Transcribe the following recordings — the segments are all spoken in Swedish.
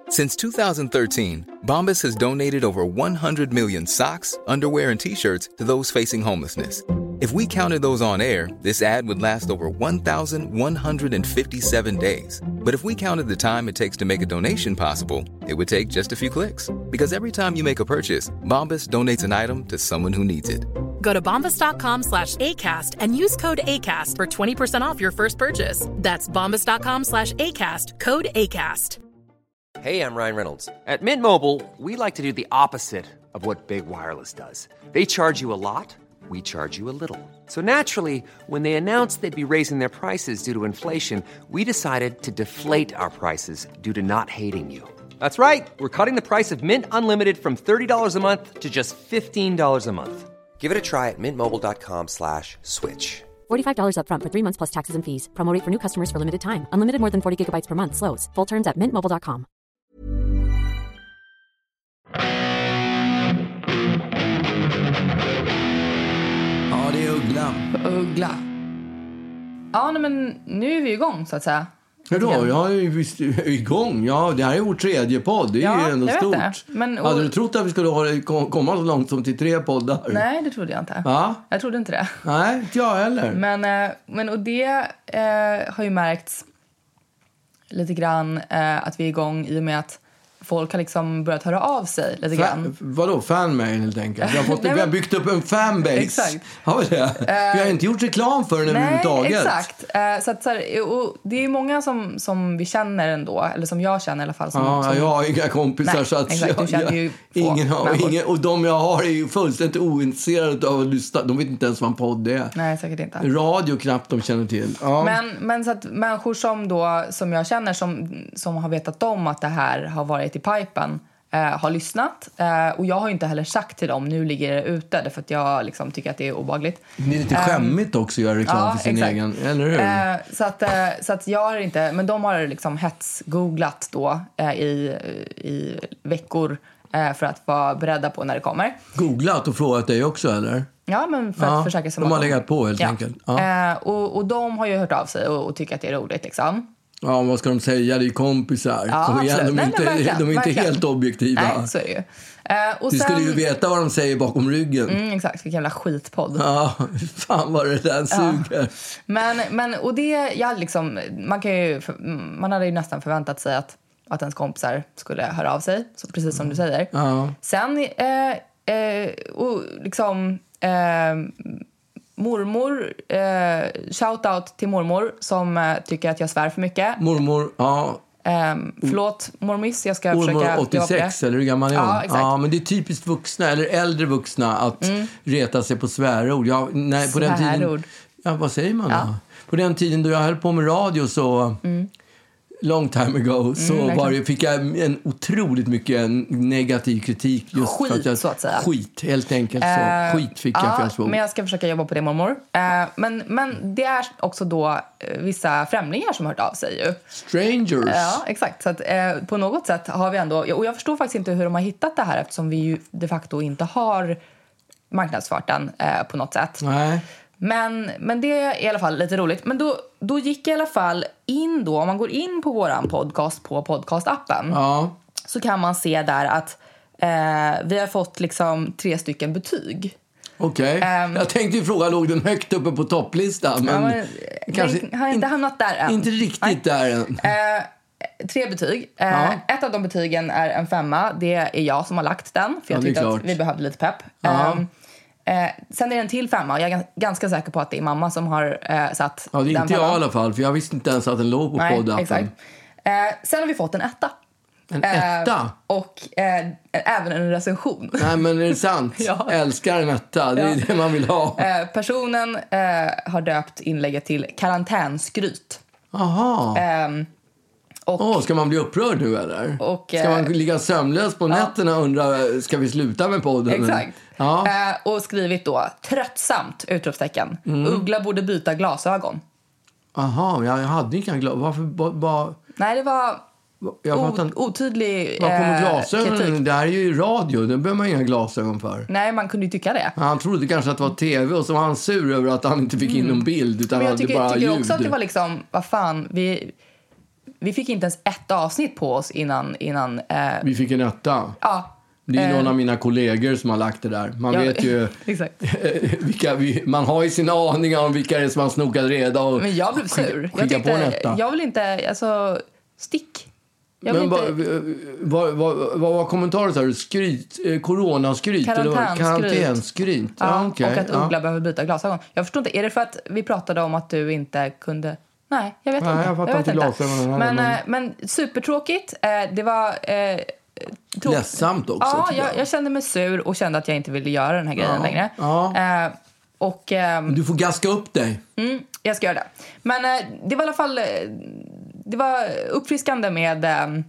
Since 2013, Bombas has donated over 100 million socks, underwear, and T-shirts to those facing homelessness. If we counted those on air, this ad would last over 1,157 days. But if we counted the time it takes to make a donation possible, it would take just a few clicks. Because every time you make a purchase, Bombas donates an item to someone who needs it. Go to bombas.com/ACAST and use code ACAST for 20% off your first purchase. That's bombas.com/ACAST, code ACAST. Hey, I'm Ryan Reynolds. At Mint Mobile, we like to do the opposite of what Big Wireless does. They charge you a lot, we charge you a little. So naturally, when they announced they'd be raising their prices due to inflation, we decided to deflate our prices due to not hating you. That's right. We're cutting the price of Mint Unlimited from $30 a month to just $15 a month. Give it a try at mintmobile.com/switch. $45 up front for 3 months plus taxes and fees. Promo rate for new customers for limited time. Unlimited more than 40 gigabytes per month. Slows full terms at mintmobile.com. Ja, det är Uggla. Ja, men nu är vi igång så att säga. Ja, jag är visst igång. Ja, det här är vår 3:e podd. Det är ju ändå stort. Men, hade du trott att vi skulle komma så långt som till 3 poddar? Nej, det trodde jag inte. Ja? Jag trodde inte det. Nej, inte jag heller. Men och det har ju märkts lite grann att vi är igång i och med att folk har liksom börjat höra av sig lite grann. Vadå? Fanmail helt enkelt. Vi har byggt upp en fanbase. Exakt. Har vi det? Vi har inte gjort reklam för den överhuvudtaget. Exakt. Så här, och det är många som vi känner ändå, eller som jag känner i alla fall. Jag har inga kompisar. Nej, så att exakt, du känner ju ingen och de jag har är ju fullständigt ointresserade av att lyssna. De vet inte ens vad en podd är. Nej, säkert inte. Radio knappt de känner till. Ja. Men så att människor som jag känner som har vetat om att det här har varit i pipen har lyssnat. Och jag har ju inte heller sagt till dem, nu ligger det ute, därför att jag liksom tycker att det är obehagligt. Det är lite skämmigt också att göra reklam för sin egen, eller hur? Så att jag har inte, men de har liksom hetsgooglat då i veckor för att vara beredda på när det kommer. Googlat och frågat dig också, eller? Ja, men för att försöka de har legat på helt enkelt. Ja. Och de har ju hört av sig och tycker att det är roligt liksom. Ja, vad ska de säga? Det är kompisar. Ja, igen. De är inte helt objektiva. Nej, så är det ju. Du skulle ju veta vad de säger bakom ryggen. Exakt, vilken jävla skitpodd. Ja, fan vad det där suger. Men och det, liksom, man hade ju nästan förväntat sig att ens kompisar skulle höra av sig, så precis som du säger. Ja. Sen, och liksom... mormor, shoutout till mormor som tycker att jag svär för mycket. Mormor, ja. Förlåt, mormis, jag ska mormor försöka... 86, eller hur gammal är hon? Ja, exakt. Ja, men det är typiskt vuxna, eller äldre vuxna, att reta sig på svärord. Ja, nej, på den tiden... Ja, vad säger man då? På den tiden då jag höll på med radio så... long time ago fick jag en otroligt mycket negativ kritik just skit, för att jag, så att säga. Skit, helt enkelt så. Skit fick jag för jag. Men jag ska försöka jobba på det, mormor. Men det är också då vissa främlingar som har hört av sig ju. Strangers. Ja, exakt. Så att på något sätt har vi ändå, och jag förstår faktiskt inte hur de har hittat det här, eftersom vi ju de facto inte har marknadsfört den på något sätt. Nej. Men det är i alla fall lite roligt. Men då gick jag i alla fall in då, om man går in på våran podcast på podcastappen, så kan man se där att vi har fått liksom 3 stycken betyg. Okej. Jag tänkte ju fråga, låg den högt uppe på topplistan? Men kanske har inte hamnat där än. Inte riktigt där än. 3 betyg. Ett av de betygen är en 5. Det är jag som har lagt den, för jag tyckte att vi behövde lite pepp. Sen är det en till 5. Jag är ganska säker på att det är mamma som har satt den. Ja, det är inte jag i alla fall, för jag visste inte ens att den låg på poddappen. Exakt. Sen har vi fått en 1. En 1? Och även en recension. Nej, men är det sant? Ja. Älskar en 1. Det är det man vill ha. Personen har döpt inlägget till karantänskryt. Aha. Ska man bli upprörd nu eller? Ska man ligga sömnlös på nätterna och undra, ska vi sluta med podden? Exakt. Och skrivit då, tröttsamt, utropstecken. Uggla borde byta glasögon. Aha, jag hade inga glasögon. Varför? Nej, det var otydlig Var kommer glasögon? kritik. Det här är ju radio, det behöver man inga glasögon för. Nej, man kunde ju tycka det. Han trodde kanske att det var tv och så var han sur över att han inte fick in någon bild, utan men jag hade bara ljud. tycker också att det var liksom, vad fan, vi fick inte ens ett avsnitt på oss innan vi fick en etta. Ja. Det är någon av mina kollegor som har lagt det där. Man vet ju exakt. Man har ju sina aningar om vilka det är som har snokat reda och men jag blev sur. Jag vill inte, alltså, stick. Men vad var kommentaren så här? Skryt, coronaskryt eller karantänskryt. Ja, okay. Och att Uggla behöver byta glasögon. Jag förstår inte, är det för att vi pratade om att du inte kunde? Nej, jag vet inte. Jag fattar inte glasögonen. Men supertråkigt. Det var ledsamt också. Ja, jag kände mig sur och kände att jag inte ville göra den här grejen längre. Ja. Du får gaska upp dig. Jag ska göra det. Men det var i alla fall det var uppfriskande med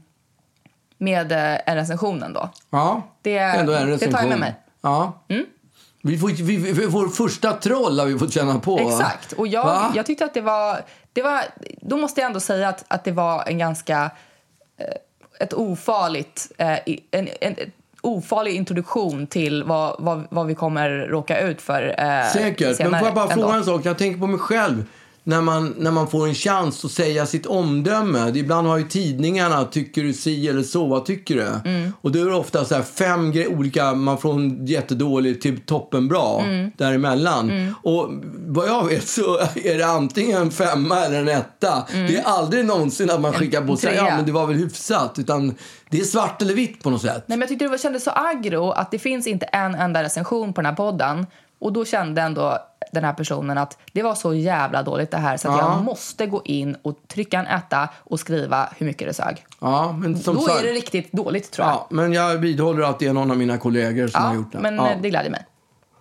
en recension ändå. Ja, ändå en recension. Det tar jag med mig. Ja. Vi får första troll har vi fått känna på. Exakt. Och jag tyckte att det var då måste jag ändå säga att det var en ganska ett ofarligt en ofarlig introduktion till vad vi kommer råka ut för säkert. Men får jag bara fråga en sak? Jag tänker på mig själv. När man får en chans att säga sitt omdöme. Ibland har ju tidningarna, tycker du si eller så, vad tycker du? Och då är det ofta så här 5 olika, man får en jättedålig till toppenbra däremellan. Och vad jag vet så är det antingen en 5 eller en 1. Det är aldrig någonsin att man skickar på sig, men det var väl hyfsat, utan det är svart eller vitt på något sätt. Nej, men jag tyckte det kändes så aggro att det finns inte en enda recension på den här podden. Och då kände ändå den här personen att det var så jävla dåligt det här så att jag måste gå in och trycka en 1 och skriva hur mycket det sög. Ja, men som då är det riktigt dåligt, tror jag. Ja, men jag vidhåller att det är någon av mina kollegor som har gjort det. Men det glädjer mig.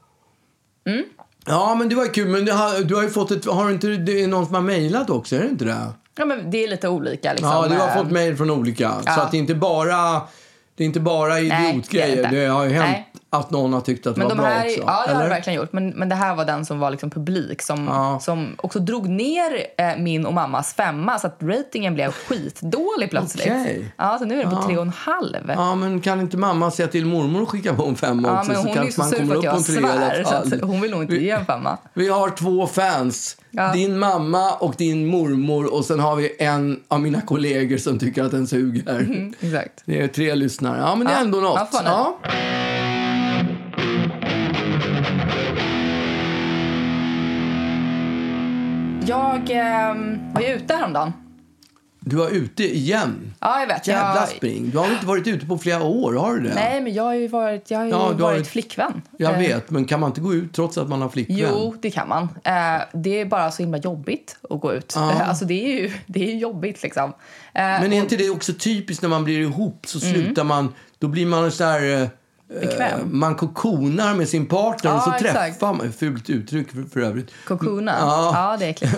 Ja, men det var kul. Men du har ju fått har inte det är någon som har mejlat också, är det inte det? Ja, men det är lite olika liksom. Ja, du har fått mejl från olika. Så att det är inte bara idiotgrejer. Det har ju hänt att någon har tyckt att det var bra också. Ja, det har det verkligen gjort. Men det här var den som var liksom publik. Som också drog ner min och mammas 5. Så att ratingen blev skitdålig plötsligt. Okay. Ja, så nu är det på 3,5. Ja, men kan inte mamma säga till mormor och skicka på en 5 också? Men hon så är ju så sur för att jag svär. Så att hon vill nog inte ge en 5. Vi har 2 fans. Ja. Din mamma och din mormor. Och sen har vi en av mina kollegor som tycker att den suger. Exakt. Det är 3 lyssnare. Ja, men det är ändå något. Ja. Jag var ju ute häromdagen. Du var ute igen? Ja, jag vet. Jävla spring. Du har inte varit ute på flera år, har du det? Nej, men jag har ju varit flickvän. Jag vet, men kan man inte gå ut trots att man har flickvän? Jo, det kan man. Det är bara så himla jobbigt att gå ut. Alltså det är ju jobbigt liksom. Men är inte det också typiskt när man blir ihop så slutar man, då blir man så här... man kokonar med sin partner och så träffar man, fult uttryck för övrigt. Kokona? Ja, det är äckligt.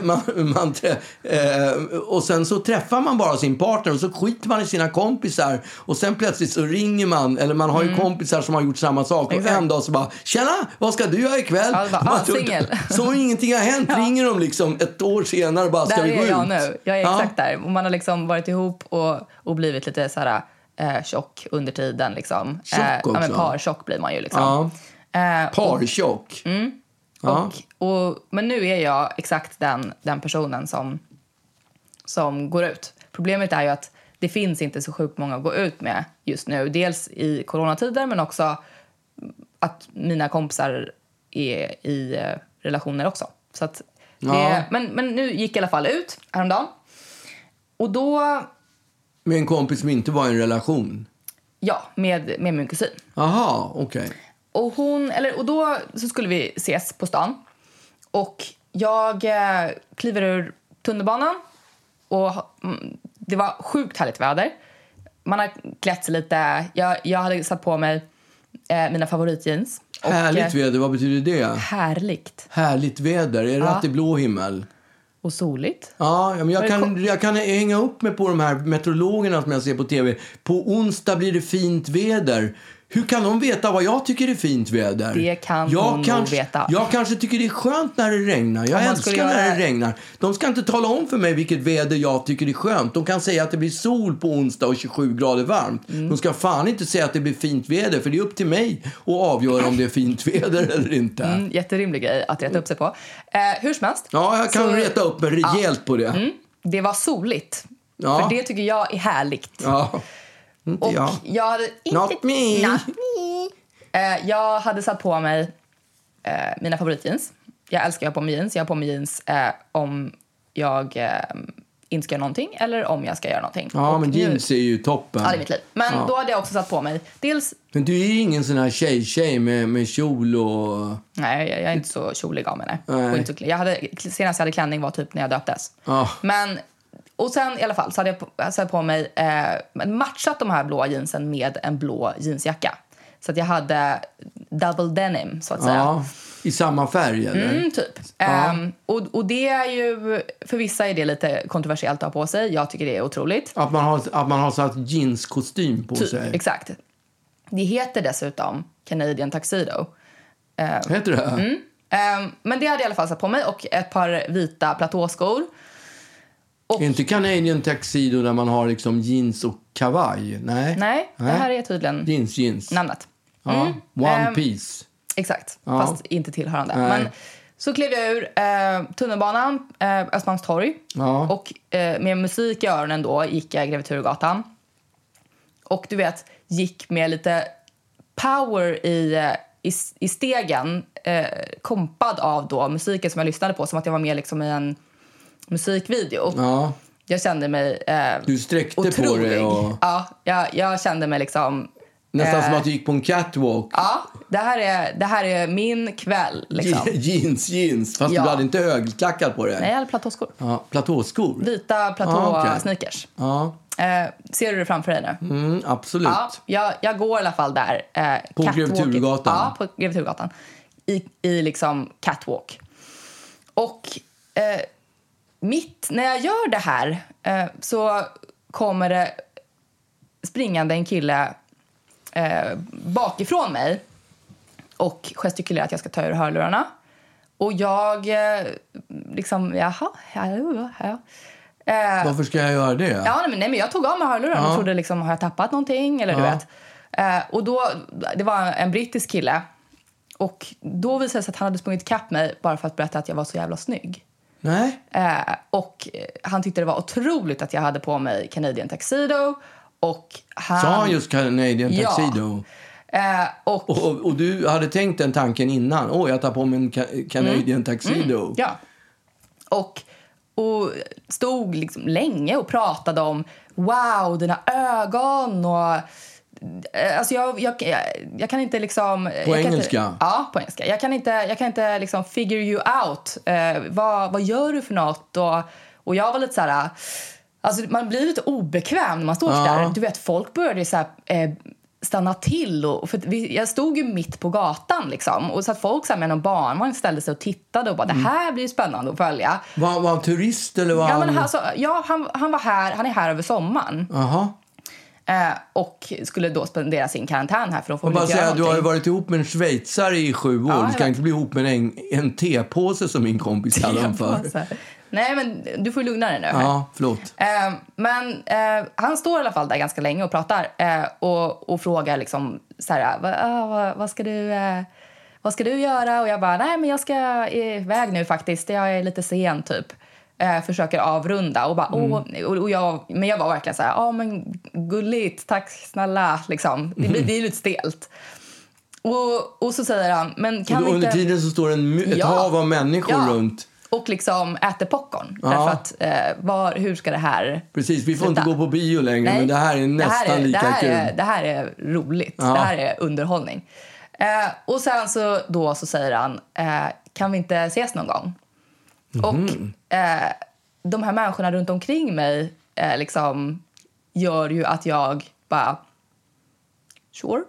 Och sen så träffar man bara sin partner och så skiter man i sina kompisar och sen plötsligt så ringer man, eller man har ju kompisar som har gjort samma sak. Och en dag så bara, tjena, vad ska du göra ikväll? Singel. Så ingenting har hänt, ringer de liksom ett år senare och bara, ska vi gå ut? Där är jag nu, jag är exakt där. Och man har liksom varit ihop och blivit lite så här... tjock under tiden liksom. Tjock också. Men partjock blir man ju liksom. Partjock. Men nu är jag exakt den personen som går ut. Problemet är ju att det finns inte så sjukt många att gå ut med just nu. Dels i coronatider, men också att mina kompisar är i relationer också. Så att men nu gick jag i alla fall ut häromdagen. Och då... Med en kompis som inte var i en relation? Ja, med min kusin. Aha, okej. Okay. Och då så skulle vi ses på stan. Och jag kliver ur tunnelbanan. Och det var sjukt härligt väder. Man har klätt sig lite. Jag hade satt på mig mina favoritjeans. Härligt väder, vad betyder det? Härligt. Härligt väder, är det att det är blå himmel? Och soligt. Ja, men jag kan hänga upp mig på de här meteorologerna som jag ser på tv. På onsdag blir det fint väder. Hur kan de veta vad jag tycker är fint väder? Det kan hon nog veta. Jag kanske tycker det är skönt när det regnar. Jag älskar när det regnar. De ska inte tala om för mig vilket väder jag tycker är skönt. De kan säga att det blir sol på onsdag och 27 grader varmt. De ska fan inte säga att det blir fint väder. För det är upp till mig att avgöra om det är fint väder eller inte. Jätterimlig grej att reta upp sig på. Hur som helst. Ja, jag kan reta upp mig rejält på det. Det var soligt. Ja. För det tycker jag är härligt. Ja. Inte och jag hade inte... Not me. Not me. Jag hade satt på mig mina favoritjeans. Jag älskar att ha på mig jeans. Jag har på mig jeans om jag inte ska göra någonting eller om jag ska göra någonting. Ja, och men jeans är ju toppen. Ja, det är mitt liv. Men då hade jag också satt på mig dels... Men du är ju ingen sån här tjej med kjol och... Nej, jag är inte så kjolig av mig. Och inte så, senast jag hade klänning var typ när jag döptes. Men... Och sen i alla fall så hade jag på mig matchat de här blåa jeansen med en blå jeansjacka. Så att jag hade double denim, så att säga. Ja, i samma färg, eller? Typ. Och det är ju... För vissa är det lite kontroversiellt att ha på sig. Jag tycker det är otroligt. Att man har satt jeanskostym på sig. Exakt. Det heter dessutom Canadian Tuxedo. Heter det? Men det hade jag i alla fall satt på mig. Och ett par vita platåskor. Och... Inte Canadian Tuxedo där man har liksom jeans och kavaj? Nej, det här är tydligen jeans. namnet. Ja, one piece. Exakt, fast inte tillhörande. Men så klev jag ur tunnelbanan, Östermalmstorg. Och med musik i öronen då gick jag Grev Turegatan. Och du vet, gick med lite power i stegen. Kompad av då musiken som jag lyssnade på. Som att jag var med liksom i en musikvideo. Ja. Jag kände mig du sträckte otrolig. På det och... Ja, jag kände mig liksom... Nästan som att du gick på en catwalk. Ja, det här är min kväll. Liksom. Jeans. Fast du hade inte högklackar på det. Nej, jag hade platåskor. Ja, platåskor. Vita platå-sneakers. Ja. Ser du det framför dig nu? Absolut. Ja, jag går i alla fall där. På Grev Turegatan. Ja, på Grev Turegatan. I liksom catwalk. Och när jag gör det här så kommer det springande en kille bakifrån mig och gestikulerar att jag ska ta ur hörlurarna. Och jag liksom, varför ska jag göra det? Ja, men jag tog av mig hörlurarna och trodde liksom, har jag tappat någonting? Eller du vet. Och då, det var en brittisk kille. Och då visade det sig att han hade sprungit ikapp mig bara för att berätta att jag var så jävla snygg. Nej. Och han tyckte det var otroligt att jag hade på mig Canadian Tuxedo. Och han... Sa han just Canadian Tuxedo? Och du hade tänkt den tanken innan. Jag tar på mig en Canadian Tuxedo. Ja. Och stod liksom länge och pratade om wow, dina ögon och... Alltså jag kan inte liksom... På engelska? Ja, på engelska. Jag kan inte liksom figure you out. Vad gör du för något? Och jag var lite så här... Alltså man blir lite obekväm när man står där. Du vet, folk började så här... stanna till jag stod ju mitt på gatan liksom, och så att folk så här, med någon barnvagn ställde sig och tittade och bara det här blir spännande att följa. Var han turist eller var han? Han var här, han är här över sommaren. Och skulle då spendera sin karantän här för att få bara säga, du har ju varit ihop med en schweizare i 7 år. Du ska inte bli ihop med en tepåse som min kompis kallar han för. Nej, men du får lugna dig nu. Ja, förlåt. Men han står i alla fall där ganska länge och pratar och frågar liksom så här, vad ska du göra? Och jag bara, nej men jag ska iväg nu faktiskt. Jag är lite sen typ. Försöker avrunda och bara, men jag var verkligen så här, men gulligt, tack snälla liksom. Det är lite stelt. Och så säger han, men kan och under tiden så står ett hav av människor runt. Och liksom äter popcorn. Därför att, hur ska det här... Precis, vi får inte gå på bio längre. Nej, men det här är nästan lika kul. Det här är roligt. Det här är underhållning. Och sen så säger han, kan vi inte ses någon gång? Och de här människorna runt omkring mig liksom gör ju att jag bara... Sure.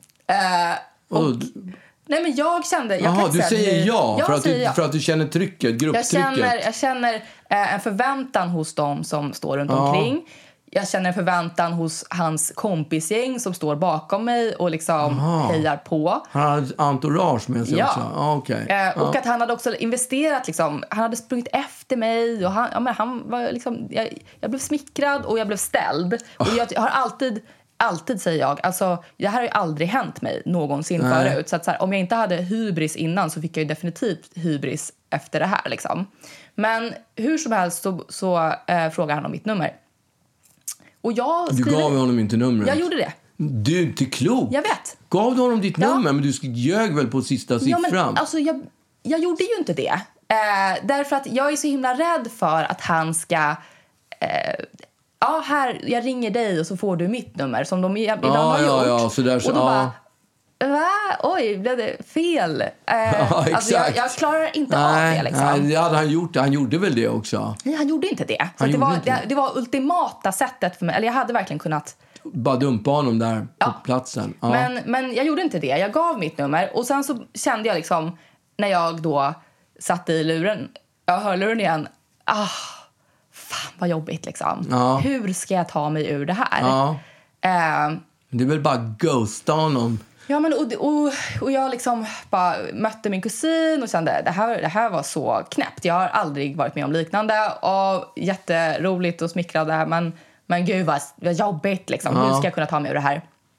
Nej, men jag kände... Du säger för att du känner trycket, grupptrycket. Jag känner en förväntan hos dem som står runt omkring. Jag känner en förväntan hos hans kompisgäng som står bakom mig och liksom hejar på. Han hade entourage med sig också? Och att han hade också investerat, liksom, han hade sprungit efter mig och han var liksom, jag blev smickrad och jag blev ställd. Och jag har alltid säger jag, alltså det här har ju aldrig hänt mig någonsin förut. Så att så här, om jag inte hade hybris innan så fick jag ju definitivt hybris efter det här liksom. Men hur som helst så frågar han om mitt nummer. Och jag Du gav honom inte numret. Jag gjorde det. Du är inte klok. Jag vet. Gav du honom ditt nummer, men du ljög väl på sista siffran? Men, alltså, jag gjorde ju inte det. Därför att jag är så himla rädd för att han ska... här, jag ringer dig och så får du mitt nummer, som de ibland har gjort. Ja, så där, och då bara... Va? Oj, blev det fel? Alltså jag klarar inte av det. Liksom. Nej, det hade han gjort. Han gjorde väl det också? Nej, han gjorde inte det. Så det var ultimata sättet för mig. Eller jag hade verkligen kunnat... Bara dumpa honom där på platsen. Ja. Men jag gjorde inte det. Jag gav mitt nummer. Och sen så kände jag liksom, när jag då satte i luren, jag hörluren igen. Fan vad jobbigt liksom. Ja. Hur ska jag ta mig ur det här? Ja. Det är väl bara ghosta honom. Ja, men och jag liksom bara mötte min kusin och kände det här var så knäppt. Jag har aldrig varit med om liknande. Och jätteroligt och smickrande, men gud vad jobbigt liksom. Hur ska jag kunna ta mig ur det här?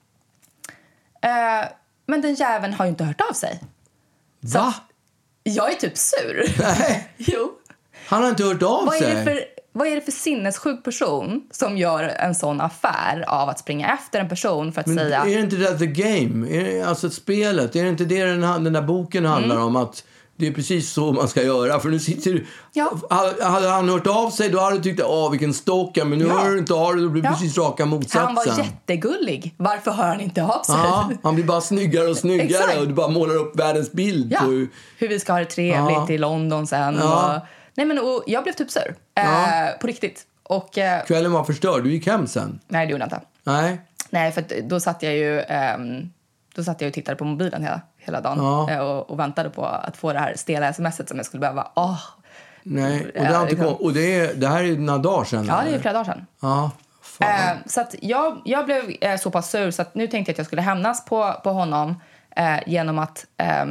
Men den jäveln har ju inte hört av sig. Va? Jag är typ sur. Nej. Jo. Han har inte hört av sig. Vad är det för sinnessjuk person som gör en sån affär av att springa efter en person för att säga... Är det inte det the game? Alltså spelet? Är det inte det den där boken handlar om? Att det är precis så man ska göra. För nu sitter du... Ja. Hade han hört av sig, då hade du tyckt vilken stocka. Men nu hör du inte av det, då blir det precis raka motsatsen. Han var jättegullig. Varför hör han inte av sig? Ja, han blir bara snyggare och snyggare. Och du bara målar upp världens bild på hur vi ska ha det trevligt i London sen. Och jag blev typ sur. På riktigt. Och, kvällen var förstörd. Du gick hem sen? Nej, det gjorde jag inte. Nej, för då satt jag ju och tittade på mobilen hela dagen. Och väntade på att få det här stela sms:et som jag skulle behöva. Nej, och det här är några dagar sedan? Ja, det är flera dagar sedan. Så att jag blev så pass sur så att nu tänkte jag att jag skulle hämnas på honom genom att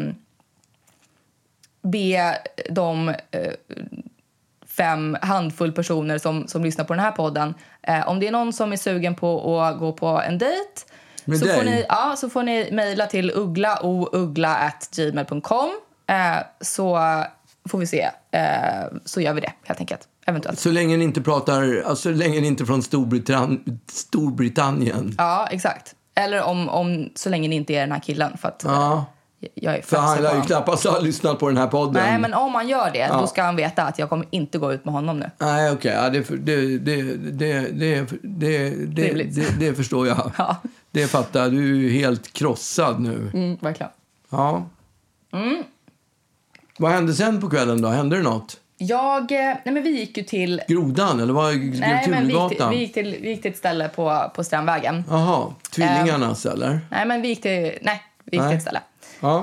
be de 5 handfull personer som lyssnar på den här podden, om det är någon som är sugen på att gå på en dejt så får ni mejla till ugla@gmail.com, så får vi se, så gör vi det helt enkelt, eventuellt. Så länge ni inte pratar, alltså länge ni inte från Storbritannien. Ja, exakt. Eller om så länge ni inte är den här killen, för att för han lär ju knappast ha lyssnat på den här podden. Nej, men om han gör det, då ska han veta att jag kommer inte gå ut med honom nu. Nej, okej. Ja, det förstår jag. Ja. Det fattar. Du är helt krossad nu. Verkligen. Ja. Vad hände sen på kvällen då? Hände det något? Vi gick ju till... Grodan, eller vad? Nej, men vi gick till ett ställe på Strandvägen. Jaha, tvillingarnas eller? Nej, men vi gick till ett ställe. Ja.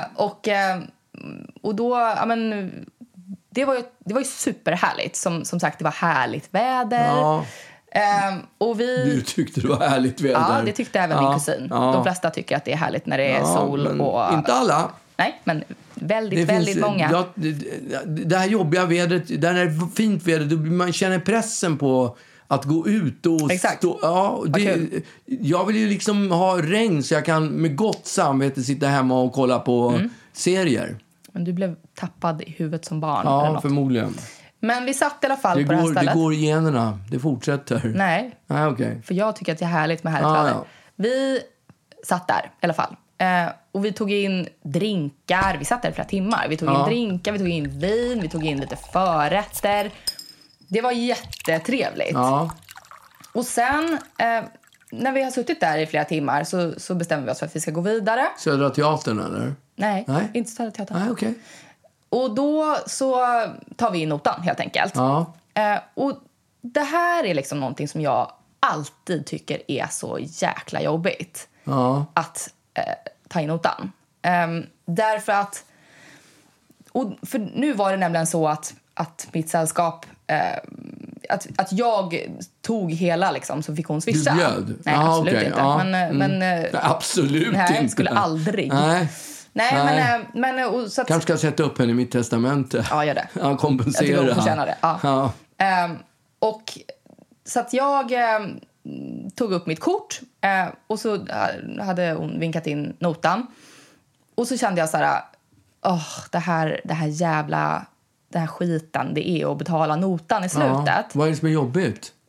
Och då, det var ju superhärligt. Som sagt, det var härligt väder. Ja. Och du tyckte det var härligt väder? Ja, det tyckte även min kusin. Ja. De flesta tycker att det är härligt när det är sol. Och inte alla. Nej, men väldigt många. Det här jobbiga vädret, det här fint väder, man känner pressen på att gå ut och stå. Ja, jag vill ju liksom ha regn så jag kan med gott samvete sitta hemma och kolla på serier. Men du blev tappad i huvudet som barn. Ja, eller något. Förmodligen. Men vi satt i alla fall på det här stället. Det går i generna, det fortsätter. Nej, okay. För jag tycker att det är härligt med härligt väder. Ja. Vi satt där i alla fall. Och vi tog in drinkar. Vi satt där i flera timmar. Vi tog in drinkar, vi tog in vin, vi tog in lite förrätter. Det var jättetrevligt. Ja. Och sen, när vi har suttit där i flera timmar så bestämmer vi oss för att vi ska gå vidare. Södra Teatern, eller? Nej, inte Södra Teatern. Nej, okej. Och då så tar vi in notan, helt enkelt. Ja. Och det här är liksom någonting som jag alltid tycker är så jäkla jobbigt. Ja. Att ta in notan. Därför att... för nu var det nämligen så att mitt sällskap... Att jag tog hela liksom, så fick hon swisha. Du bjöd? Nej, absolut inte. Ja. Men, absolut nej, inte. Skulle aldrig. Nej. Men så att, kanske ska sätta upp henne i mitt testamente. Ja, gör det. Ja, kompensera. Jag tycker hon förtjänar det. Ja. Och så att jag tog upp mitt kort och så hade hon vinkat in notan. Och så kände jag så här, det här skiten, det är att betala notan i slutet. Vad är det som är jobbigt?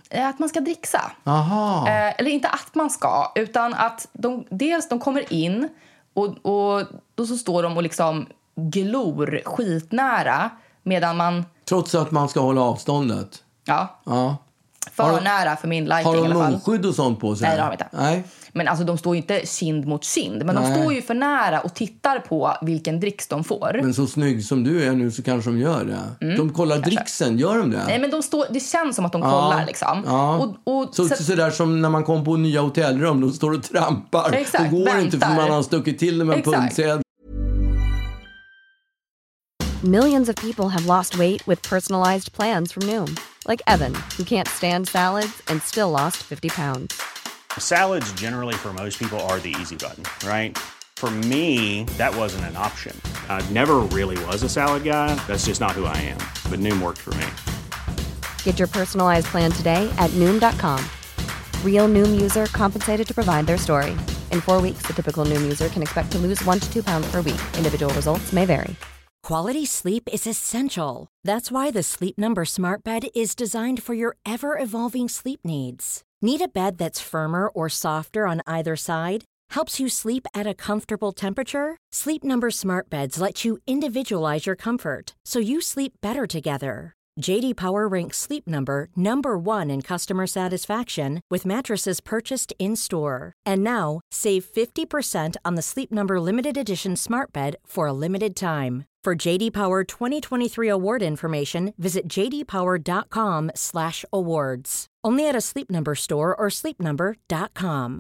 att man ska dricksa. Aha. Eller inte att man ska, utan att de kommer in och då så står de och liksom glor skitnära medan man... Trots att man ska hålla avståndet? Ja. Ja. För nära för min liking i alla fall. Har de munskydd och sånt på sig? Nej, det har de inte. Nej. Men alltså de står ju inte kind mot kind. Men de står ju för nära och tittar på vilken dricks de får. Men så snygg som du är nu så kanske de gör det. De kollar dricksen, gör de det? Nej, men det känns som att de kollar liksom. Ja. Så där som när man kom på nya hotellrum, de står och trampar. Exakt, och går väntar. inte för man har stuckit till dem en pundsedel. Millions of people have lost weight with personalized plans from Noom. Like Evan, who can't stand salads and still lost 50 pounds. Salads generally for most people are the easy button, right? For me, that wasn't an option. I never really was a salad guy. That's just not who I am. But Noom worked for me. Get your personalized plan today at Noom.com. Real Noom user compensated to provide their story. In 4 weeks, the typical Noom user can expect to lose 1 to 2 pounds per week. Individual results may vary. Quality sleep is essential. That's why the Sleep Number Smart Bed is designed for your ever-evolving sleep needs. Need a bed that's firmer or softer on either side? Helps you sleep at a comfortable temperature? Sleep Number Smart Beds let you individualize your comfort, so you sleep better together. JD Power ranks Sleep Number #1 in customer satisfaction with mattresses purchased in-store. And now, save 50% on the Sleep Number Limited Edition Smart Bed for a limited time. For JD Power 2023 award information, visit jdpower.com/awards. Only at a Sleep Number store or sleepnumber.com.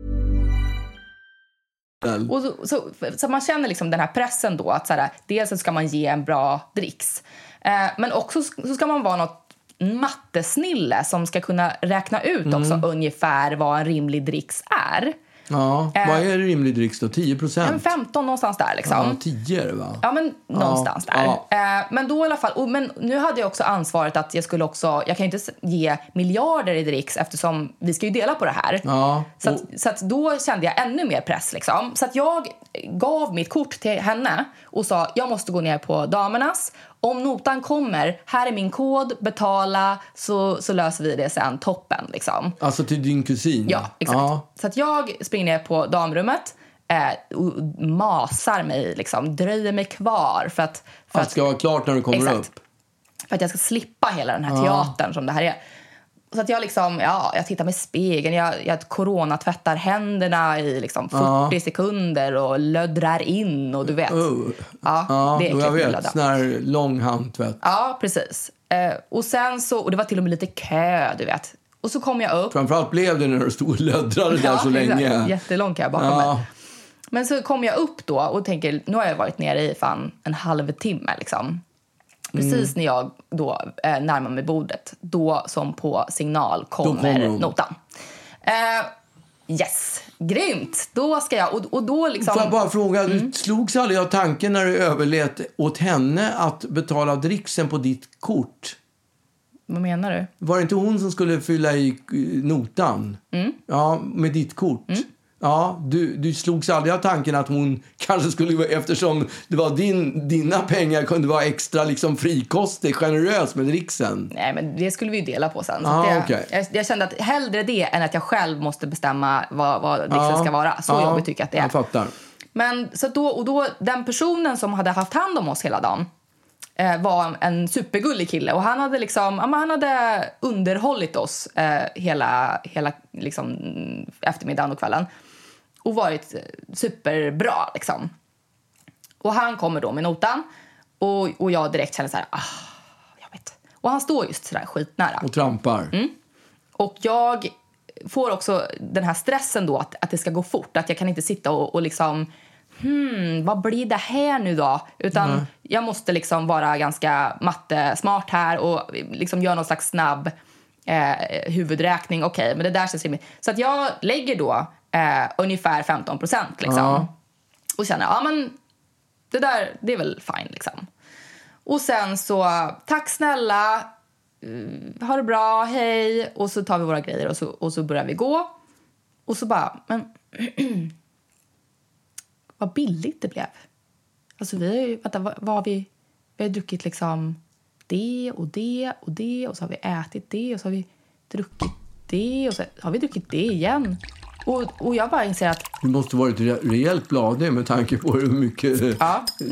Och så man känner liksom den här pressen då att så här, dels ska man ge en bra dricks. Men också så ska man vara något mattesnille som ska kunna räkna ut också ungefär vad en rimlig dricks är. Ja, vad är rimlig dricks då? 10%? 15 någonstans där liksom. Ja, 10 är det va? Ja, men någonstans där. Ja. Men då i alla fall, men nu hade jag också ansvaret att jag kan inte ge miljarder i dricks eftersom vi ska ju dela på det här. Ja. Så att då kände jag ännu mer press liksom. Så att jag gav mitt kort till henne och sa, jag måste gå ner på damernas. Om notan kommer, här är min kod, betala, så löser vi det sen, toppen liksom. Alltså till din kusin? Ja, exakt. Ja. Så att jag springer ner på damrummet och masar mig liksom, dröjer mig kvar för att ska vara klart när du kommer upp. För att jag ska slippa hela den här teatern som det här är. Så att jag liksom, jag tittar med spegeln, jag coronatvättar händerna i liksom 40 sekunder och löddrar in och du vet. Det är jag vet, sån här lång handtvätt. Ja, precis. Och sen så, och det var till och med lite kö, du vet. Och så kom jag upp. Framförallt blev det när du stod och löddrade där så länge. Jättelång kö bakom mig. Men så kom jag upp då och tänker, nu har jag varit nere i fan en halvtimme liksom. Precis när jag då närmar mig bordet, då som på signal kommer notan. Yes, grymt. Då ska jag, och då liksom... Får jag bara fråga, du slogs aldrig av tanken när du överlät åt henne att betala dricksen på ditt kort? Vad menar du? Var det inte hon som skulle fylla i notan? Ja, med ditt kort? Ja, du slogs aldrig av tanken att hon kanske skulle, eftersom det var dina pengar, kunde vara extra liksom frikostig, generös med dricksen. Nej, men det skulle vi ju dela på sen. Så jag kände att hellre det än att jag själv måste bestämma vad dricksen ska vara. Så jobbigt tycker jag att det är. Jag fattar. Men så då den personen som hade haft hand om oss hela dagen var en supergullig kille. Och han hade liksom, han hade underhållit oss hela liksom, eftermiddagen och kvällen. Och varit superbra liksom. Och han kommer då med notan. Och jag direkt känner så här, jag vet. Och han står just så där skitnära. Och trampar. Och jag får också den här stressen då att det ska gå fort. Att jag kan inte sitta och liksom, vad blir det här nu då? Utan jag måste liksom vara ganska mattesmart här och liksom göra någon slags snabb huvudräkning. Okej, men det där känns rimligt. Så att jag lägger då ungefär 15% liksom. Och känner, men det är väl fine liksom. Och sen så, tack snälla, ha det bra, hej. Och så tar vi våra grejer och så börjar vi gå. Och så bara, men vad billigt det blev. Alltså vi har ju, vi har druckit liksom det och det och det. Och så har vi ätit det och så har vi druckit det och så har vi druckit det igen. Och jag bara inser att... Det måste varit rejält blad med tanke på hur mycket vi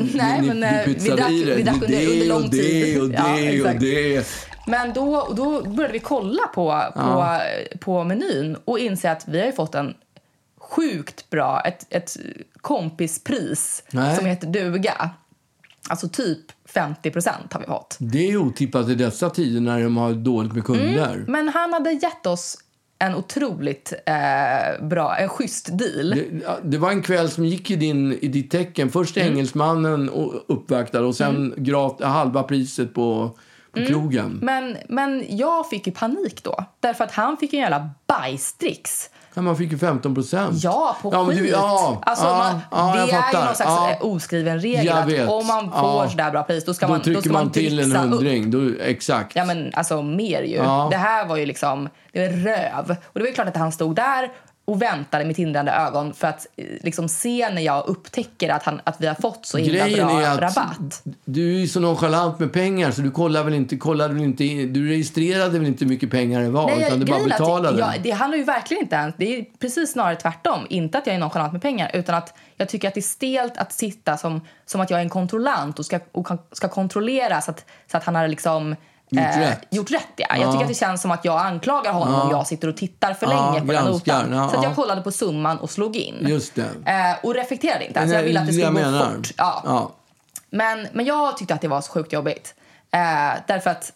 drack under lång tid. Och det. Men då började vi kolla på menyn och inse att vi har ju fått en sjukt bra, ett kompispris som heter duga. Alltså typ 50% har vi fått. Det är otippat i dessa tider när de har dåligt med kunder. Men han hade gett oss en otroligt en schysst deal. Det var en kväll som gick i ditt tecken. Först engelsmannen uppvaktade och sen halva priset på krogen. Men jag fick ju panik då. Därför att han fick en jävla bajstricks. Ja, man fick ju 15%. Ja, på skit. Det är ju någon slags oskriven regel att om man får sådär bra pris, då ska man trycker man till en 100. Exakt. Ja, men alltså mer ju. Det här var ju liksom, det var röv. Och det var ju klart att han stod där och väntade med tindrande ögon för att liksom se när jag upptäcker att vi har fått så himla bra rabatt. Du är ju så nonchalant med pengar så du du registrerade väl inte hur mycket pengar det var. Nej, utan du bara betalade. Det handlar ju verkligen inte ens. Det är precis snarare tvärtom. Inte att jag är nonchalant med pengar utan att jag tycker att det är stelt att sitta som att jag är en kontrollant och ska kontrollera så att han har liksom gjort rätt. Jag tycker att det känns som att jag anklagar honom om jag sitter och tittar för länge på den notan. Så att jag kollade på summan och slog in. Just det. Och reflekterade inte. Alltså jag ville att det skulle gå fort. Ja. Men jag tyckte att det var så sjukt jobbigt. Därför att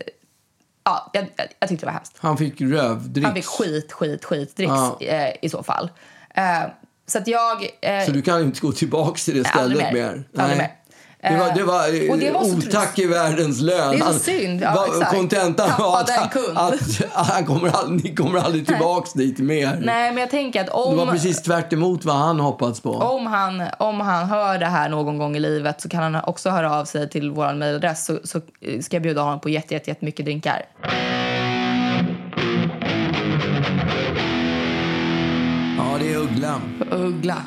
jag tyckte det var hemskt. Han fick rövdricks. Han fick skitdricks i så fall. Så att så du kan inte gå tillbaka till det stället mer? Aldrig mer. Det var otack i världens lön. Det är så synd. Kontentan var att ni kommer aldrig tillbaks dit mer. Nej, men jag tänker att det var precis tvärt emot vad han hoppats på. Om han hör det här någon gång i livet så kan han också höra av sig till vår mejladress så ska jag bjuda honom på jättemycket drinkar. Ja, det är Uggla.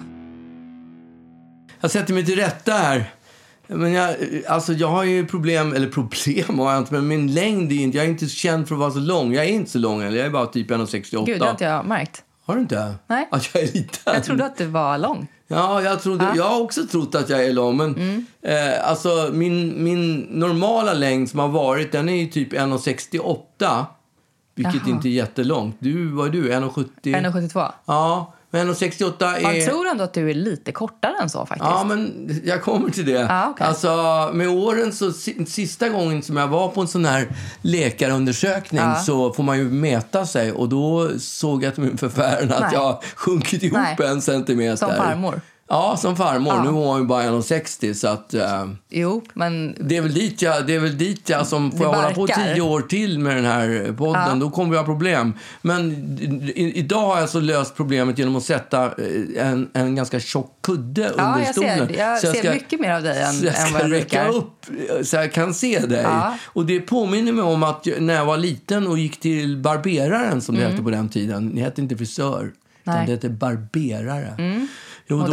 Jag sätter mig till rätta här. Men jag har ju problem har jag inte, men min längd är inte, jag är inte känd för att vara så lång. Jag är inte så lång, eller jag är bara typ 1,68. Gud, det har inte jag märkt. Har du inte? Nej. Att jag är liten? Jag trodde att du var lång. Ja, jag har också trott att jag är lång, men alltså min normala längd som har varit, den är ju typ 1,68, vilket inte är jättelångt. Vad är du? 1,70? 1,72. Ja. Men 68 är... Man tror ändå att du är lite kortare än så faktiskt. Ja, men jag kommer till det. Okay. Alltså, med åren så sista gången som jag var på en sån här läkarundersökning så får man ju mäta sig. Och då såg jag till min förfäran att jag sjunkit ihop 1 centimeter. Som farmor. Ja, som farmor. Nu var hon ju bara 1,60 så att... Jo, men... Det är väl dit jag som får jag hålla på 10 år till med den här podden. Då kommer vi ha problem. Men idag har jag så löst problemet genom att sätta en ganska tjock kudde under stolen. Jag ser mycket mer av dig än vad jag brukar. Räcka upp så jag kan se dig. Och det påminner mig om att när jag var liten och gick till barberaren som det hette på den tiden. Det hette inte frisör, utan det hette barberare. Jo,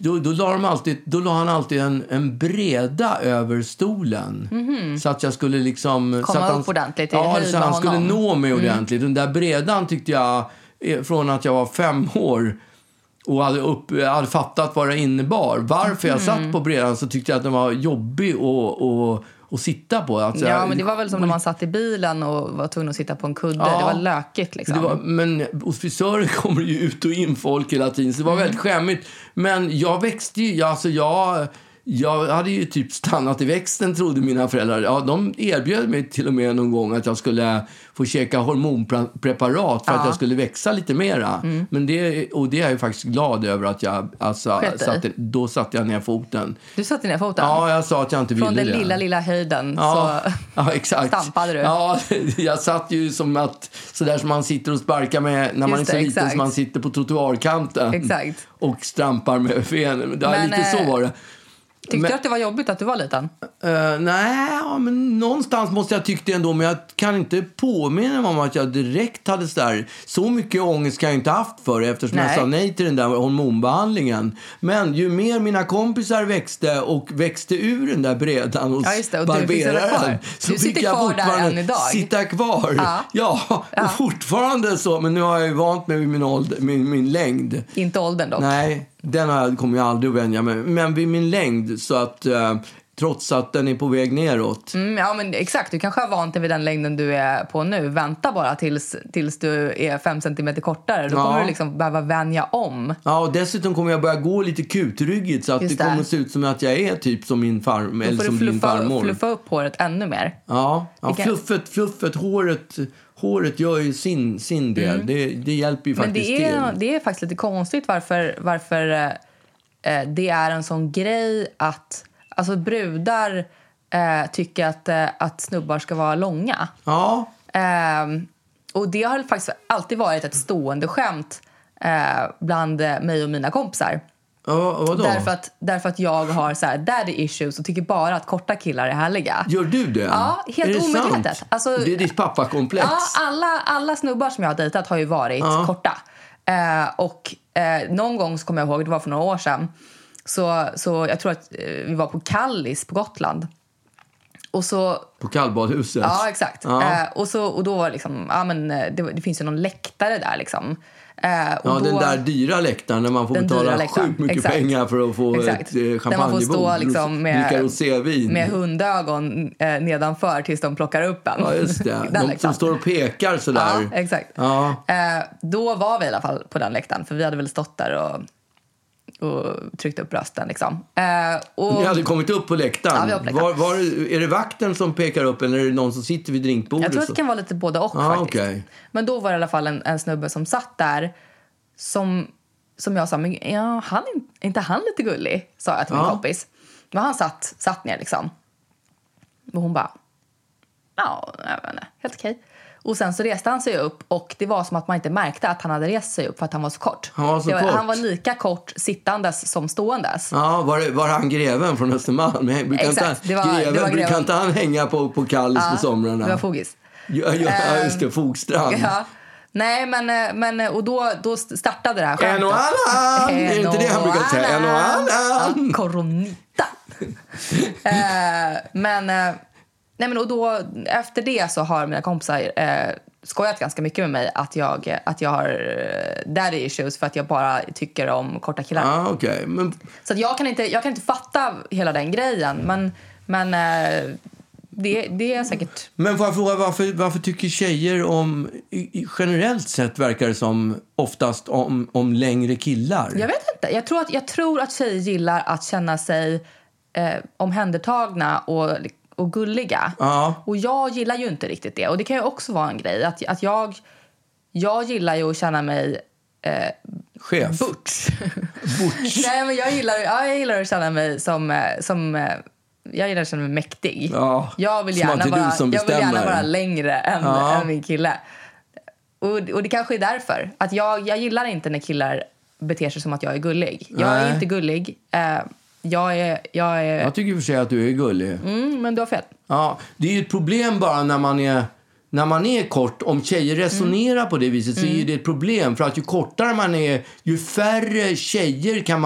då la han alltid en breda över stolen. Så att jag skulle liksom... komma upp ordentligt. Ja, så han skulle nå mig ordentligt. Den där bredan tyckte jag, från att jag var 5 år och hade fattat vad det innebar. Varför jag satt på bredan så tyckte jag att den var jobbig att sitta på. Alltså, men det var väl som när man satt i bilen och var tvungen att sitta på en kudde. Det var lökigt liksom. Men hos frisören kommer ju ut och in folk hela tiden. Så det var väldigt skämmigt. Men jag växte ju... Jag hade ju typ stannat i växten, trodde mina föräldrar. Ja, de erbjöd mig till och med någon gång att jag skulle få käka hormonpreparat för att jag skulle växa lite mera. Men det är jag ju faktiskt glad över att jag då satte jag ner foten. Du satte ner foten? Ja, jag sa att jag inte ville det. Från den lilla höjden så exakt. Stampade du? Ja, jag satt ju som att sådär som man sitter och sparkar med när man är så liten som man sitter på trottoarkanten. Exakt. Och strampar med benen. Det är lite så var det. Tyckte du att det var jobbigt att du var liten? Nej, men någonstans måste jag tycka det ändå. Men jag kan inte påminna mig om att jag direkt hade så mycket ångest kan jag inte haft för det, eftersom jag sa nej till den där hormonbehandlingen. Men ju mer mina kompisar växte ur den där brädan och barberaren, så fick jag fortfarande sitta kvar. Ja, och fortfarande så. Men nu har jag ju vant mig vid min längd. Inte åldern dock. Nej, den kommer jag aldrig att vänja mig. Men vid min längd, så att trots att den är på väg neråt. Ja, men exakt. Du kanske har vant dig vid den längden du är på nu. Vänta bara tills du är 5 centimeter kortare. Då kommer du liksom behöva vänja om. Ja, och dessutom kommer jag börja gå lite kutryggigt, så att det kommer att se ut som att jag är typ som min farmor. Eller som din farmor. Då får du fluffa upp håret ännu mer. Ja, fluffet, håret gör ju sin del. Det hjälper ju faktiskt till. Men det är faktiskt lite konstigt varför det är en sån grej att... Alltså brudar tycker att snubbar ska vara långa. Ja. Och det har faktiskt alltid varit ett stående skämt bland mig och mina kompisar. Vadå? Därför att jag har så här daddy issues och tycker bara att korta killar är härliga. Gör du det? Ja, helt omedvetet. Alltså, det är ditt pappakomplex. Ja, alla snubbar som jag har dejtat har ju varit korta. Och någon gång så kommer jag ihåg, det var för några år sedan, så jag tror att vi var på Kallis på Gotland. Och så, på kallbadhuset? Ja, exakt. Och då var det liksom, det finns ju någon läktare där liksom. Den där dyra läktaren där man får betala sjukt mycket pengar för att få ett champagnebord. Där man får stå liksom med hundögon nedanför tills de plockar upp en. Ja, just det. De som står och pekar sådär. Ja, exakt. Ja. Då var vi i alla fall på den läktaren, för vi hade väl stått där och tryckt upp rösten liksom. Ni hade kommit upp på läktaren? Ja, vi var på läktaren. Är det vakten som pekar upp, eller är det någon som sitter vid drinkbordet? Jag tror att det kan vara lite både och faktiskt. Okay. Men då var det i alla fall en snubbe som satt där som jag sa, men inte han lite gullig, sa jag till min kompis. Men han satt ner liksom. Och hon bara, jag vet inte, helt okej. Och sen så reste han sig upp, och det var som att man inte märkte att han hade rest sig upp för att han var så kort. Han var lika kort sittandes som ståendes. Ja, var han greven från Östermalm? Exakt, det var greven. Brukar inte han hänga på Kallis på somrarna? Det var Fogis. Ja, just det, Fogstrand. Ja. Nej, men och då startade det här skämtet. En och annan! Är inte det han brukar säga? En och annan! Koronita. Men och då efter det så har mina kompisar skojat ganska mycket med mig att jag har daddy issues för att jag bara tycker om korta killar. Okay. Så att jag kan inte fatta hela den grejen, men det är säkert. Men får jag fråga, varför tycker tjejer om, generellt sett verkar det som oftast om längre killar? Jag vet inte. Jag tror att tjejer gillar att känna sig omhändertagna och gulliga. Och jag gillar ju inte riktigt det. Och det kan ju också vara en grej att jag gillar ju att känna mig chef. Butch. Nej, men jag gillar att känna mig som jag gillar att känna mig mäktig. Jag vill gärna vara längre än min kille. Och det kanske är därför att jag gillar inte när killar beter sig som att jag är gullig. Jag är inte gullig. Jag tycker i och för sig att du är gullig. Men du har fel. Ja, det är ju ett problem bara när man är kort. Om tjejer resonerar på det viset så är det ett problem. För att ju kortare man är, ju färre tjejer kan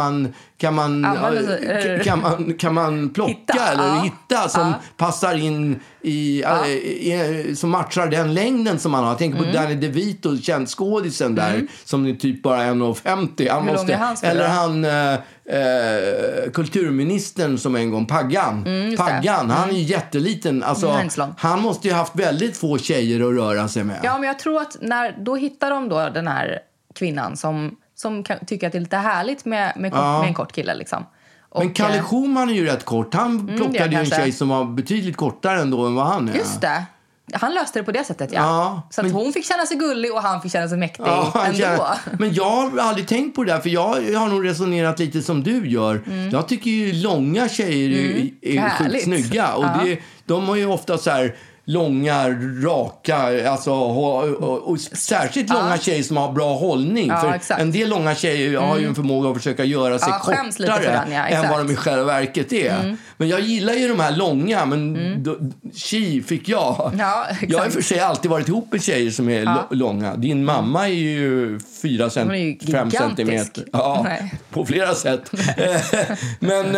man plocka eller hitta som passar in som matchar den längden som man har. Jag tänker på Danny DeVito, känd skådisen där, som är typ bara 1,50. Eller han kulturministern som en gång, Paggan, han är ju jätteliten. Alltså, han måste ju haft väldigt få tjejer att röra sig med. Ja, men jag tror att då hittar de då den här kvinnan som tycker att det är lite härligt med en kort kille liksom. Men Kalle Schumann är ju rätt kort. Han plockade ju en tjej som var betydligt kortare ändå än vad han är. Just det. Han löste det på det sättet, så att hon fick känna sig gullig och han fick känna sig mäktig ändå. Men jag har aldrig tänkt på det där, för jag har nog resonerat lite som du gör. Jag tycker ju långa tjejer är sjukt snygga. Och de har ju ofta så här långa, raka, alltså, och särskilt långa tjejer som har bra hållning. För exakt. en del långa tjejer har ju en förmåga att försöka göra sig kortare än vad de i själva verket är. Men jag gillar ju de här långa, men tji fick jag. Ja, exakt. Jag har för sig alltid varit ihop med tjejer som är långa. Din mamma är ju 4-5 centimeter. Ja, på flera sätt. Men...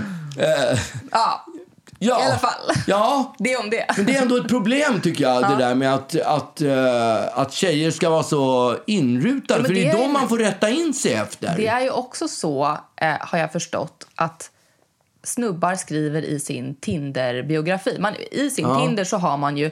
Ja, i alla fall. Ja, det om det. Men det är ändå ett problem tycker jag, det där med att tjejer ska vara så inrutade. För det är då man får rätta in sig efter. Det är ju också så, har jag förstått, att snubbar skriver i sin Tinder-biografi. I sin Tinder så har man ju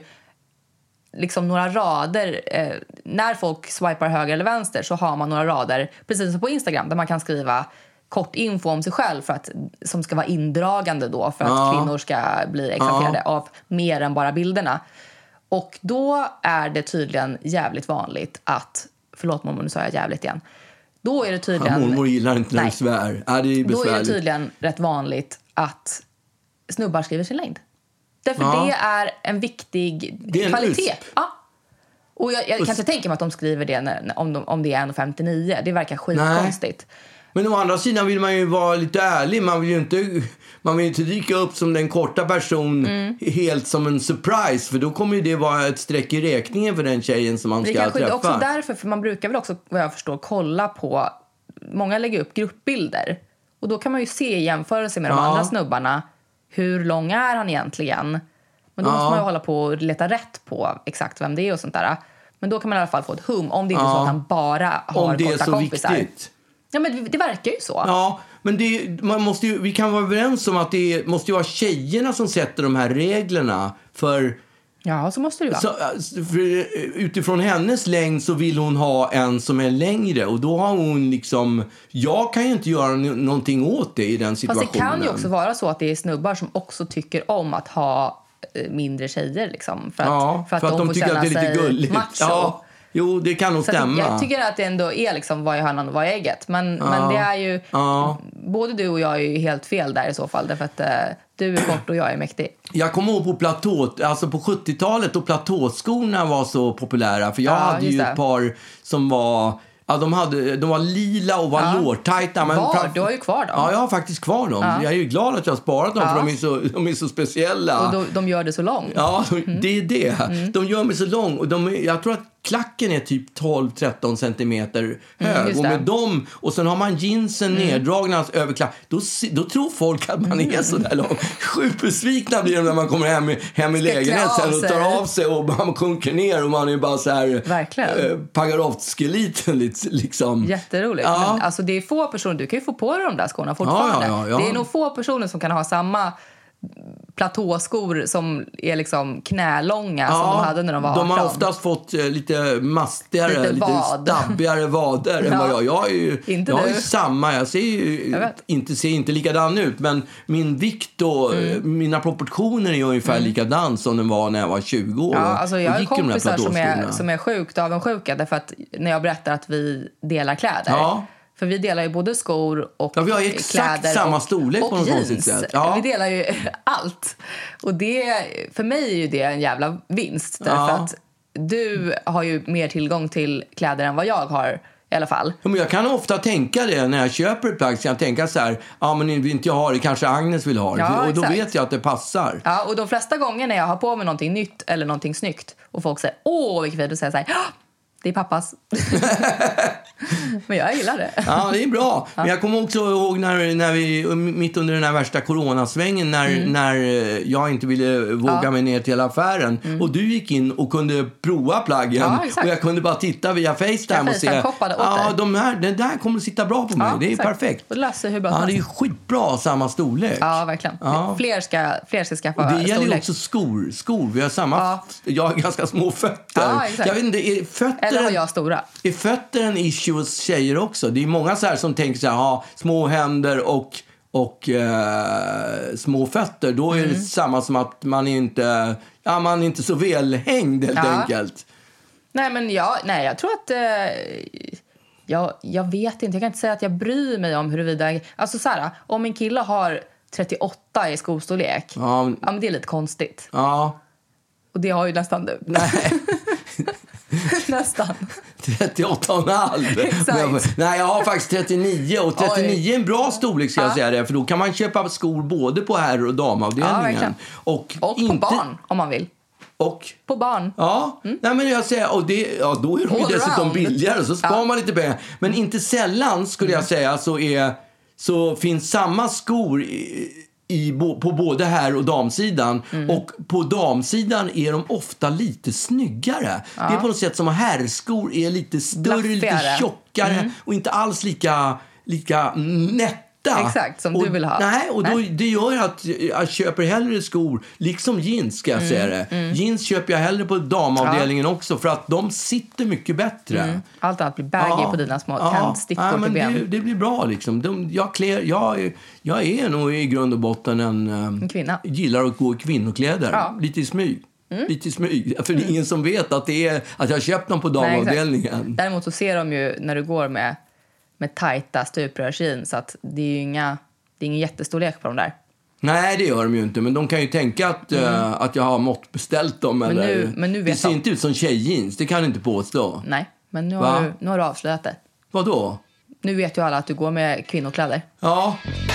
liksom några rader. När folk swipar höger eller vänster så har man några rader, precis som på Instagram, där man kan skriva kort info om sig själv som ska vara indragande då för att kvinnor ska bli exalterade av mer än bara bilderna. Och då är det tydligen jävligt vanligt att, förlåt mormor, nu sa jag jävligt igen. Då är det tydligen... mormor gillar inte när det svär. Det är besvärligt. Då är det tydligen rätt vanligt att snubbar skriver sin längd. Därför det är en viktig kvalitet. Ja. Och jag kan inte tänka mig att de skriver det om det är 1,59. Det verkar skitkonstigt. Men å andra sidan vill man ju vara lite ärlig. Man vill ju inte dyka upp som den korta person helt som en surprise. För då kommer ju det vara ett streck i räkningen för den tjejen som man ska träffa. Det är också därför, för man brukar väl också, vad jag förstår, kolla på... Många lägger upp gruppbilder. Och då kan man ju se i jämförelse med de andra snubbarna. Hur lång är han egentligen? Men då måste man ju hålla på och leta rätt på exakt vem det är och sånt där. Men då kan man i alla fall få ett hum. Om det inte är så att han bara har korta kompisar. Viktigt. Ja, men det verkar ju så. Ja, men vi kan vara överens om att det måste ju vara tjejerna som sätter de här reglerna. För... Ja, så måste det vara. För utifrån hennes längd så vill hon ha en som är längre. Och då har hon liksom... Jag kan ju inte göra någonting åt det i den situationen. Fast det kan ju också vara så att det är snubbar som också tycker om att ha mindre tjejer. Liksom, för att de tycker att det är lite gulligt. Macho. Ja. Jo, det kan nog stämma. Jag tycker att det ändå är liksom vad är hönan och vad är ägget. Men det är ju... Både du och jag är ju helt fel där i så fall. Därför att du är kort och jag är mäktig. Jag kommer ihåg på 70-talet då platåskorna var så populära. För jag hade ju ett par som var... Ja, de var lila och var lårtajta. Men du har ju kvar dem. Ja, jag har faktiskt kvar dem. Jag är ju glad att jag har sparat dem för de är så speciella. Och de gör det så långt. Ja, det är det. De gör mig så lång. Och jag tror att klacken är typ 12-13 centimeter hög. Och med dem, och sen har man jeansen neddragna över klack. Då tror folk att man är så där lång. Sjukt besvikna blir de när man kommer hem i lägenhet sen och tar av sig och man sjunker ner och man är bara så här Pagarovskij-liten liksom. Jätteroligt. Ja. Men alltså det är få personer, du kan ju få på dig de där skorna fortfarande. Ja. Det är nog få personer som kan ha samma platåskor som är liksom knälånga som de hade när de var 18. De har oftast fått lite mastigare, lite stabbigare vader än vad jag är ju. Jag har ju samma, jag ser ju inte likadan ut, men min vikt och mina proportioner är ungefär likadan som den var när jag var 20 år. Ja, alltså jag har kompisar som är sjukt avundsjuka därför att när jag berättar att vi delar kläder. Ja. För vi delar ju både skor och kläder. Vi har ju exakt samma storlek på något konstigt sätt. Ja. Vi delar ju allt. Och för mig är ju det en jävla vinst. Därför att du har ju mer tillgång till kläder än vad jag har i alla fall. Men jag kan ofta tänka det när jag köper ett plagg. Så jag tänker så här, men inte jag har det, kanske Agnes vill ha det. Ja, och då vet jag att det passar. Ja, och de flesta gånger när jag har på mig någonting nytt eller någonting snyggt och folk säger, vilket fint, och säger så här, det är pappas. Men jag gillar det. Ja, det är bra. Men jag kommer också ihåg när vi mitt under den här värsta coronasvängen när jag inte ville våga mig ner till affären och du gick in och kunde prova plaggen och jag kunde bara titta via FaceTime och se den där kommer att sitta bra på mig. Det är perfekt. Och Lasse, hur bra det är skitbra samma storlek. Ja, verkligen. Fler ska skaffa och det gäller storlek. Också skor. Vi har samma jag har ganska små fötter. Jag vet inte, eller har jag stora? Är fötter en issue hos tjejer också? Det är många så här som tänker så här, små händer och små fötter. Då är det samma som att man är inte så välhängd helt enkelt. Nej, men jag tror att jag vet inte. Jag kan inte säga att jag bryr mig om huruvida... Alltså så här, om en kille har 38 i skostorlek, men det är lite konstigt. Ja. Och det har ju nästan du. Nej. Nästan. 38,5. Exakt. Nej, jag har faktiskt 39. Och 39 är en bra storlek, ska jag säga det. För då kan man köpa skor både på herr- och damavdelningen. Och på barn, om man vill. Och på barn. Ja, nej, men jag säger, och det, då är de ju dessutom billigare, så sparar man lite pengar. Men inte sällan, skulle jag säga, så finns samma skor på både här- och damsidan. Och på damsidan är de ofta lite snyggare. Det är på något sätt som herrskor är lite större, lite tjockare och inte alls lika nätt. Exakt, som du vill ha. Nej, och det gör att jag köper hellre skor, liksom jeans, ska jag säga det. Jeans köper jag hellre på damavdelningen också, för att de sitter mycket bättre. Allt annat blir baggy på dina små tändstickor till ben. Det blir bra liksom. Jag är nog i grund och botten en kvinna. Gillar att gå i kvinnokläder, lite i smyg. Lite i smyg, för det är ingen som vet att jag har köpt dem på damavdelningen. Nej, däremot så ser de ju när du går med tajta stuprörsjeans, så att det är ju ingen jättestorlek på dem där. Nej, det gör de ju inte, men de kan ju tänka att jag har måttbeställt dem. Men nu vet det ser inte ut som tjejjeans, det kan du inte påstå. Nej, men nu har du avslöjat det. Vadå? Nu vet ju alla att du går med kvinnokläder. Ja.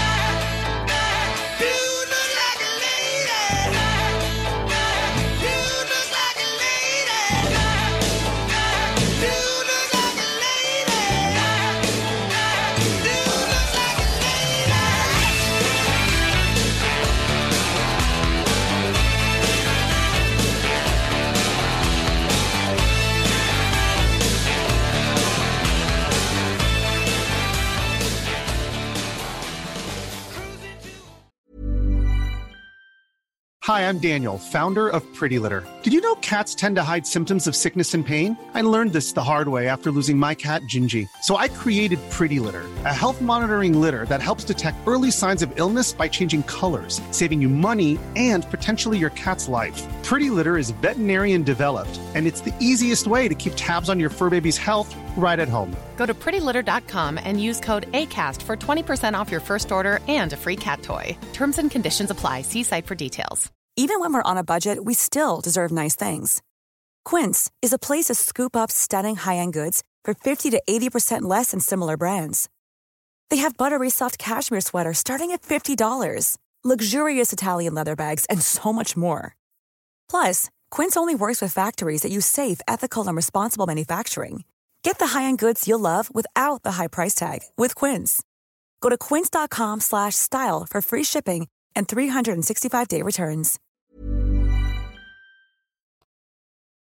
Hi, I'm Daniel, founder of Pretty Litter. Did you know cats tend to hide symptoms of sickness and pain? I learned this the hard way after losing my cat, Gingy. So I created Pretty Litter, a health monitoring litter that helps detect early signs of illness by changing colors, saving you money and potentially your cat's life. Pretty Litter is veterinarian developed, and it's the easiest way to keep tabs on your fur baby's health right at home. Go to prettylitter.com and use code ACAST for 20% off your first order and a free cat toy. Terms and conditions apply. See site for details. Even when we're on a budget, we still deserve nice things. Quince is a place to scoop up stunning high-end goods for 50 to 80% less than similar brands. They have buttery soft cashmere sweaters starting at $50, luxurious Italian leather bags, and so much more. Plus, Quince only works with factories that use safe, ethical, and responsible manufacturing. Get the high-end goods you'll love without the high price tag with Quince. Go to quince.com/style for free shipping and 365-day returns.